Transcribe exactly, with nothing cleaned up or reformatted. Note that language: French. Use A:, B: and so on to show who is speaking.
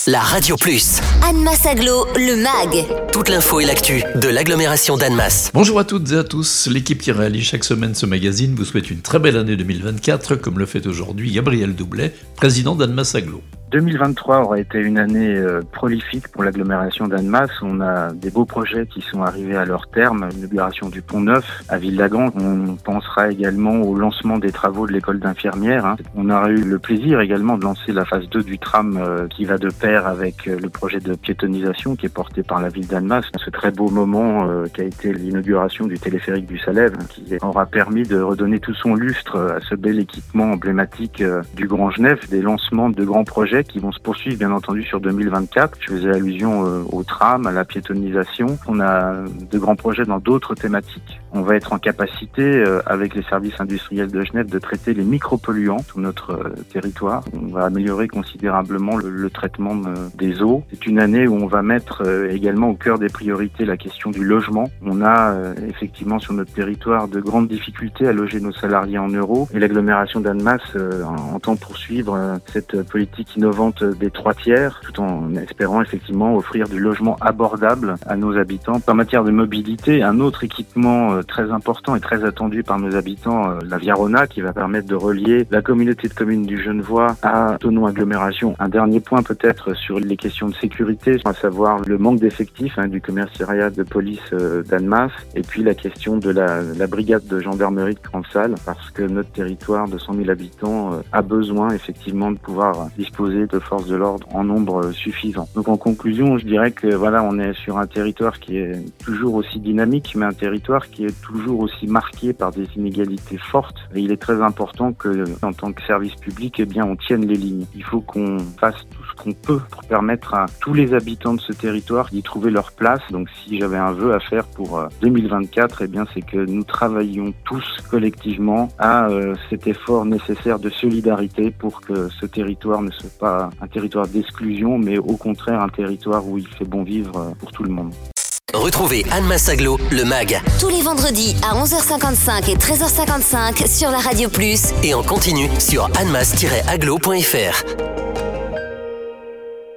A: la Radio Plus.
B: Annemasse Agglo, le MAG.
A: Toute l'info et l'actu de l'agglomération d'Annemasse.
C: Bonjour à toutes et à tous. L'équipe qui réalise chaque semaine ce magazine vous souhaite une très belle année deux mille vingt-quatre, comme le fait aujourd'hui Gabriel Doublet, président d'Annemasse Agglo.
D: deux mille vingt-trois aura été une année euh, prolifique pour l'agglomération d'Annemasse. On a des beaux projets qui sont arrivés à leur terme. L'inauguration du Pont Neuf à Villagan. On pensera également au lancement des travaux de l'école d'infirmières. Hein. On aura eu le plaisir également de lancer la phase deux du tram euh, qui va de pair avec euh, le projet de piétonisation qui est porté par la ville d'Annemasse. Ce très beau moment euh, qui a été l'inauguration du téléphérique du Salève, hein, qui aura permis de redonner tout son lustre à ce bel équipement emblématique euh, du Grand Genève, des lancements de grands projets qui vont se poursuivre bien entendu sur deux mille vingt-quatre. Je faisais allusion euh, au tram, à la piétonisation. On a de grands projets dans d'autres thématiques. On va être en capacité, euh, avec les services industriels de Genève, de traiter les micropolluants sur notre euh, territoire. On va améliorer considérablement le, le traitement euh, des eaux. C'est une année où on va mettre euh, également au cœur des priorités la question du logement. On a euh, effectivement sur notre territoire de grandes difficultés à loger nos salariés en euros et l'agglomération d'Annemasse euh, entend poursuivre euh, cette politique innovante des trois tiers, tout en espérant effectivement offrir du logement abordable à nos habitants. En matière de mobilité, un autre équipement euh, très important et très attendu par nos habitants, euh, la Via Rona, qui va permettre de relier la communauté de communes du Genevois à Thonon agglomération. Un dernier point peut-être sur les questions de sécurité, à savoir le manque d'effectifs hein, du commissariat de police euh, d'Annemasse, et puis la question de la, la brigade de gendarmerie de Grande-Salle, parce que notre territoire de cent mille habitants euh, a besoin effectivement de pouvoir disposer de forces de l'ordre en nombre suffisant. Donc en conclusion, je dirais que voilà, on est sur un territoire qui est toujours aussi dynamique, mais un territoire qui est toujours aussi marqué par des inégalités fortes. Et il est très important que, en tant que service public, eh bien, on tienne les lignes. Il faut qu'on fasse tout ce qu'on peut pour permettre à tous les habitants de ce territoire d'y trouver leur place. Donc si j'avais un vœu à faire pour deux mille vingt-quatre, eh bien, c'est que nous travaillions tous collectivement à euh, cet effort nécessaire de solidarité pour que ce territoire ne soit pas un territoire d'exclusion, mais au contraire un territoire où il fait bon vivre pour tout le monde.
A: Retrouvez Annemasse Agglo, le MAG.
B: Tous les vendredis à onze heures cinquante-cinq et treize heures cinquante-cinq sur la Radio Plus.
A: Et en continu sur annemasse tiret agglo point f r.